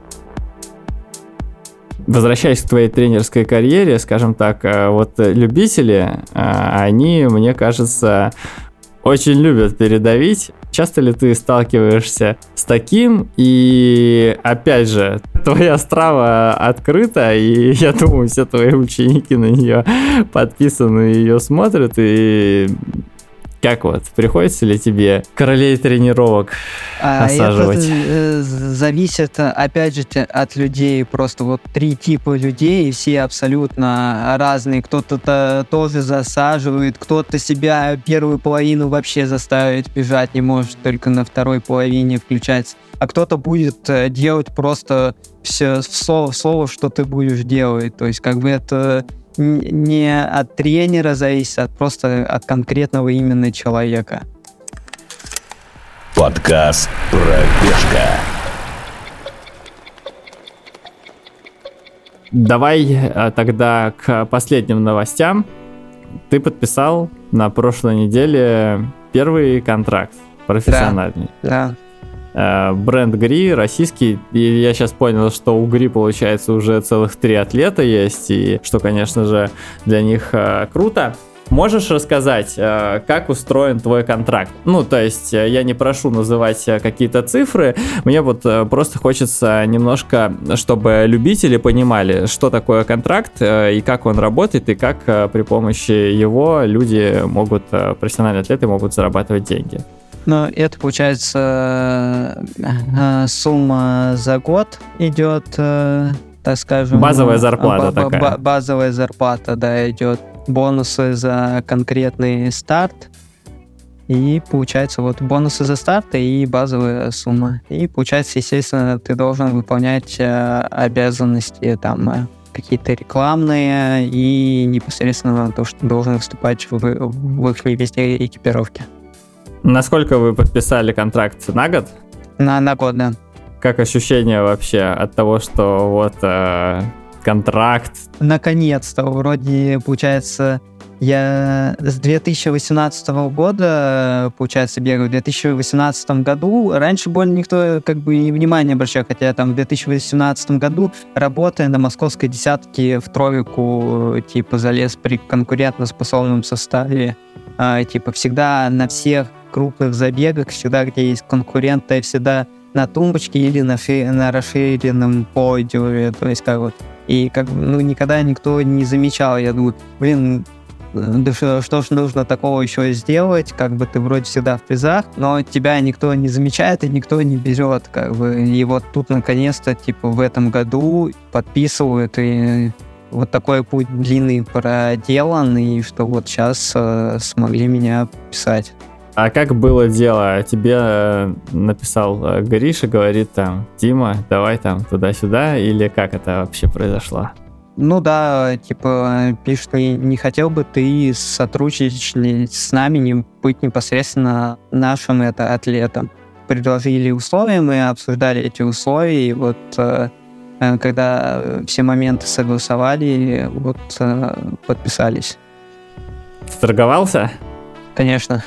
Возвращаясь к твоей тренерской карьере, скажем так, вот любители, они, мне кажется, очень любят передавить. Часто ли ты сталкиваешься с таким? И, опять же, твоя страва открыта, и я думаю, все твои ученики на нее подписаны, ее смотрят, и... Как вот, приходится ли тебе королей тренировок а осаживать? Это э, зависит, опять же, от людей. Просто вот три типа людей, и все абсолютно разные. Кто-то -то тоже засаживает, кто-то себя первую половину вообще заставить бежать не может, только на второй половине включать. А кто-то будет делать просто все в слово, в слово, что ты будешь делать. То есть как бы это... не от тренера зависит, а просто от конкретного именно человека. Подкаст «Пробежка». Давай тогда к последним новостям. Ты подписал на прошлой неделе первый контракт профессиональный. Да, да. Бренд Гри, российский, и я сейчас понял, что у Гри, получается, уже целых три атлета есть, и что, конечно же, для них э, круто. Можешь рассказать, э, как устроен твой контракт? Ну, то есть, я не прошу называть какие-то цифры, мне вот э, просто хочется немножко, чтобы любители понимали, что такое контракт, э, и как он работает, и как э, при помощи его люди могут, э, профессиональные атлеты могут зарабатывать деньги. Но это, получается, сумма за год идет, так скажем... Базовая зарплата б- такая. Б- базовая зарплата, да, идет. Бонусы за конкретный старт. И получается вот бонусы за старт и базовая сумма. И получается, естественно, ты должен выполнять обязанности там какие-то рекламные и непосредственно то, что должен выступать в, в их везде экипировке. Насколько вы подписали контракт? На год? На, на год, да. Как ощущение вообще от того, что вот э, контракт? Наконец-то, вроде, получается, я с две тысячи восемнадцатого года, получается, бегаю. В две тысячи восемнадцатом году раньше более никто как бы и внимания не обращал, хотя я там в две тысячи восемнадцатом году, работая на московской десятке, в тройку, типа, залез при конкурентоспособном составе. А, типа, всегда на всех крупных забегах, всегда, где есть конкуренты, всегда на тумбочке или на, фи- на расширенном подиуме, то есть как вот. И как бы, ну, никогда никто не замечал. Я думаю, блин, да что, что ж нужно такого еще сделать, как бы ты вроде всегда в призах, но тебя никто не замечает и никто не берет, как бы. И вот тут наконец-то, типа, в этом году подписывают, и вот такой путь длинный проделан, и что вот сейчас э, смогли меня писать. А как было дело? Тебе написал Гриша, говорит там, Дима, давай там туда-сюда, или как это вообще произошло? Ну да, типа, пишет, не хотел бы ты сотрудничать с нами, не быть непосредственно нашим это атлетом. Предложили условия, мы обсуждали эти условия, и вот когда все моменты согласовали, вот подписались. Торговался? Конечно.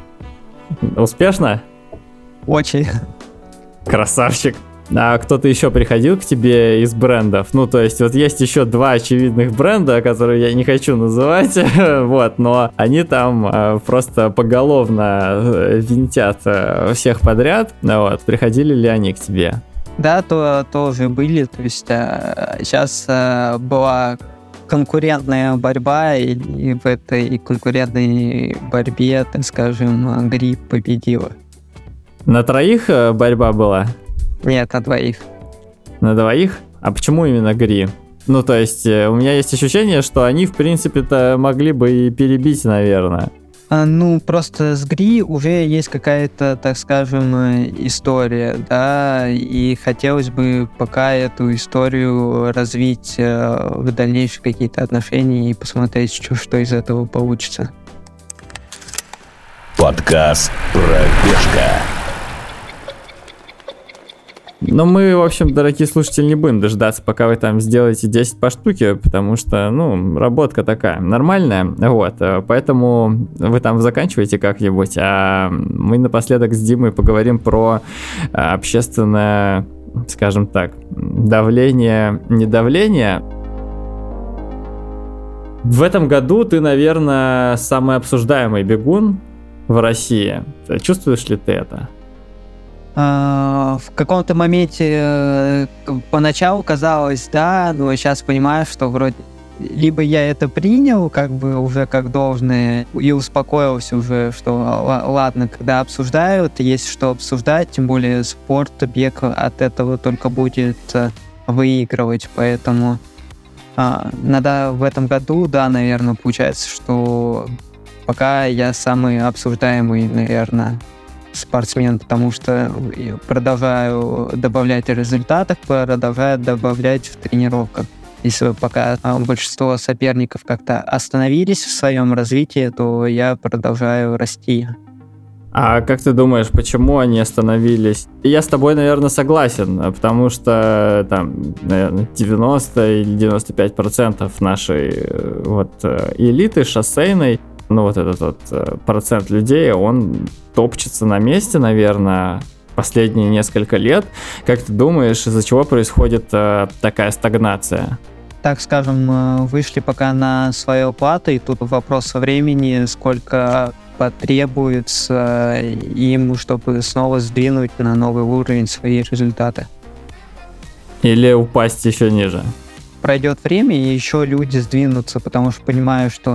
Успешно? Очень. Красавчик. А кто-то еще приходил к тебе из брендов? Ну, то есть, вот есть еще два очевидных бренда, которые я не хочу называть, вот, но они там э, просто поголовно винтят э, всех подряд. Вот, приходили ли они к тебе? Да, то тоже были. То есть э, сейчас э, была конкурентная борьба, и, и в этой конкурентной борьбе, так скажем, Гри победила. На троих борьба была? Нет, на двоих. На двоих? А почему именно Гри? Ну, то есть, у меня есть ощущение, что они, в принципе-то, могли бы и перебить, наверное. А, ну, просто с Гри уже есть какая-то, так скажем, история, да, и хотелось бы пока эту историю развить э, в дальнейшие какие-то отношения и посмотреть, что, что из этого получится. Подкаст «Пробежка». Но мы, в общем, дорогие слушатели, не будем дождаться, пока вы там сделаете десять по штуке, потому что, ну, работка такая нормальная, вот, поэтому вы там заканчиваете как-нибудь, а мы напоследок с Димой поговорим про общественное, скажем так, давление, не давление. В этом году ты, наверное, самый обсуждаемый бегун в России. Чувствуешь ли ты это? В каком-то моменте поначалу казалось, да, но сейчас понимаю, что вроде либо я это принял как бы уже как должное и успокоился уже, что ладно, когда обсуждают, есть что обсуждать, тем более спорт, бег от этого только будет выигрывать, поэтому а, надо в этом году, да, наверное, получается, что пока я самый обсуждаемый, наверное, спортсмен, потому что продолжаю добавлять в результатах, продолжаю добавлять в тренировках. Если пока большинство соперников как-то остановились в своем развитии, то я продолжаю расти. А как ты думаешь, почему они остановились? Я с тобой, наверное, согласен, потому что там, наверное, девяносто или девяносто пять процентов нашей вот элиты шоссейной, ну вот этот вот процент людей, он топчется на месте, наверное, последние несколько лет. Как ты думаешь, из-за чего происходит э, такая стагнация? Так скажем, вышли пока на свою плату, и тут вопрос времени, сколько потребуется им, чтобы снова сдвинуть на новый уровень свои результаты. Или упасть еще ниже? Пройдет время, и еще люди сдвинутся, потому что понимаю, что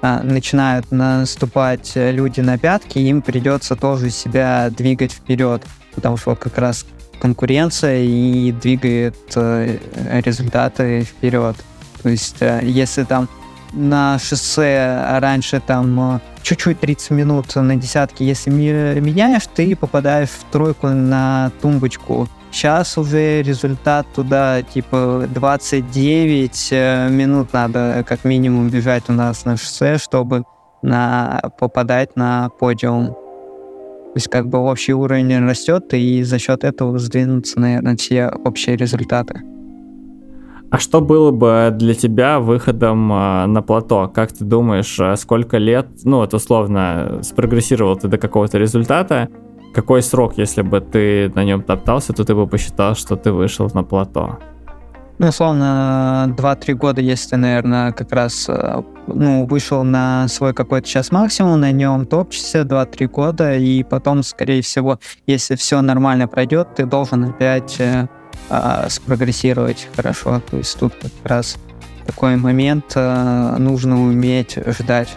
а, начинают наступать люди на пятки, им придется тоже себя двигать вперед, потому что вот как раз конкуренция и двигает э, результаты вперед. То есть э, если там на шоссе раньше там чуть-чуть тридцать минут на десятке, если меняешь, ты попадаешь в тройку на тумбочку. Сейчас уже результат туда типа двадцать девять минут надо как минимум бежать у нас на шоссе, чтобы на, попадать на подиум. То есть как бы общий уровень растет, и за счет этого сдвинутся, наверное, все общие результаты. А что было бы для тебя выходом э, на плато? Как ты думаешь, сколько лет, ну вот условно, спрогрессировал ты до какого-то результата? Какой срок, если бы ты на нем топтался, то ты бы посчитал, что ты вышел на плато? Ну, условно, два-три года, если ты, наверное, как раз ну, вышел на свой какой-то час максимум, на нем топчешься два-три года, и потом, скорее всего, если все нормально пройдет, ты должен опять э, э, спрогрессировать хорошо. То есть тут как раз такой момент, э, нужно уметь ждать.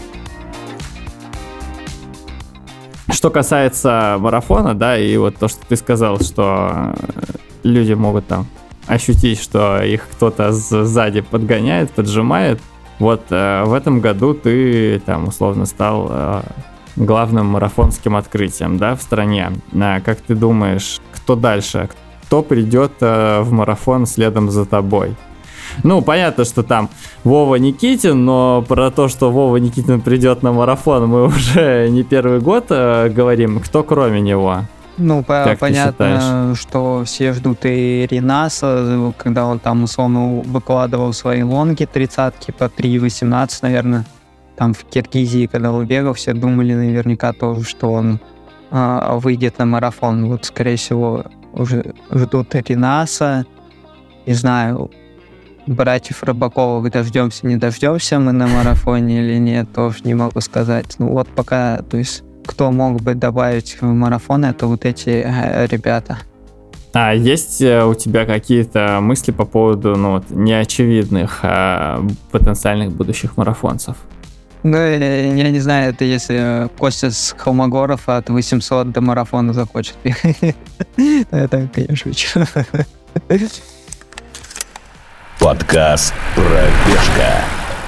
Что касается марафона, да, и вот то, что ты сказал, что люди могут там ощутить, что их кто-то сзади подгоняет, поджимает. Вот э, в этом году ты там условно стал э, главным марафонским открытием, да, в стране. А как ты думаешь, кто дальше? Кто придет э, в марафон следом за тобой? Ну, понятно, что там Вова Никитин, но про то, что Вова Никитин придет на марафон, мы уже не первый год э, говорим. Кто кроме него? Ну, по- понятно, что все ждут и Ренаса, когда он там условно выкладывал свои лонги тридцатки по три восемнадцать, наверное. Там в Киргизии, когда он бегал, все думали наверняка тоже, что он э, выйдет на марафон. Вот, скорее всего, уже ждут Ренаса. Не знаю, братьев Рыбаковых дождемся, не дождемся мы на марафоне или нет, тоже не могу сказать. Ну вот пока, то есть, кто мог бы добавить в марафон, это вот эти э, ребята. А есть у тебя какие-то мысли по поводу, ну, вот, неочевидных а, потенциальных будущих марафонцев? Ну, я, я не знаю, это если Костя с Холмогоров от восемьсот до марафона захочет бегать. Это, конечно, шучу. Подкаст «Пробежка».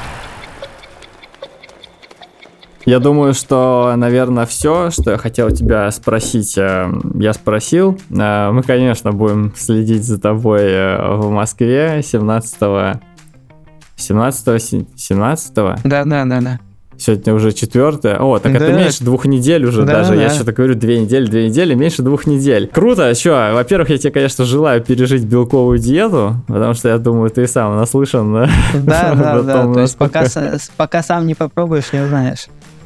Я думаю, что, наверное, все, что я хотел тебя спросить, я спросил. Мы, конечно, будем следить за тобой в Москве семнадцатого... семнадцатого... семнадцатого? Да, да, да, да. Сегодня уже четвертое. О, так да. Это меньше двух недель уже да, даже. Да. Я что-то говорю, две недели, две недели, меньше двух недель. Круто. Что, во-первых, я тебе, конечно, желаю пережить белковую диету, потому что я думаю, ты сам наслышан. Да, да, да. То есть пока, пока сам не попробуешь, не узнаешь.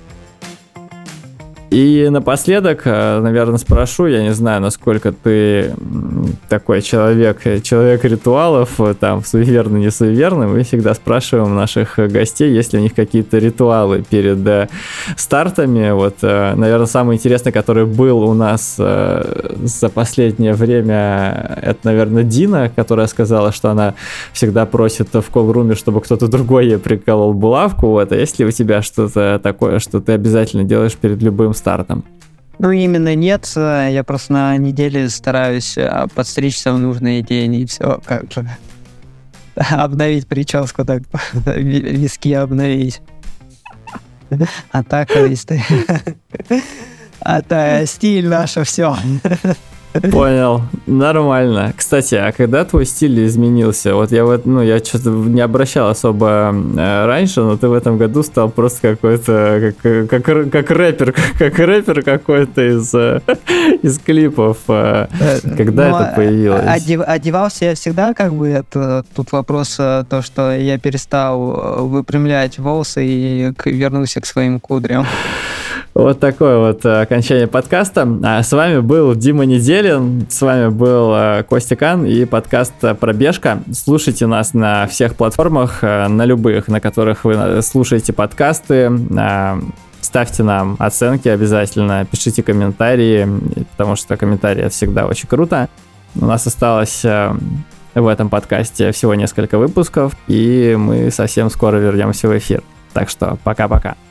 И напоследок, наверное, спрошу, я не знаю, насколько ты такой человек, человек ритуалов, там, суеверный, не суеверный. Мы всегда спрашиваем наших гостей, есть ли у них какие-то ритуалы перед стартами. Вот, наверное, самый интересный, который был у нас за последнее время, это, наверное, Дина, которая сказала, что она всегда просит в колл-руме, чтобы кто-то другой ей приколол булавку. Вот. А есть ли у тебя что-то такое, что ты обязательно делаешь перед любым стартом? Ну, именно нет. Я просто на неделе стараюсь подстричься в нужный день, и все, как же. Обновить прическу, так, виски обновить. А так, это стиль наш, все. Понял, нормально. Кстати, а когда твой стиль изменился? Вот я вот, ну, я что-то не обращал особо э, раньше, но ты в этом году стал просто какой-то, как, как, как рэпер, как рэпер какой-то из, э, из клипов. Э, когда ну, это появилось? Одев, одевался я всегда, как бы, это тут вопрос, то, что я перестал выпрямлять волосы и вернулся к своим кудрям. Вот такое вот окончание подкаста. А с вами был Дима Неделин, с вами был Костя Кан и подкаст «Пробежка». Слушайте нас на всех платформах, на любых, на которых вы слушаете подкасты. Ставьте нам оценки обязательно, пишите комментарии, потому что комментарии — это всегда очень круто. У нас осталось в этом подкасте всего несколько выпусков, и мы совсем скоро вернемся в эфир. Так что пока-пока.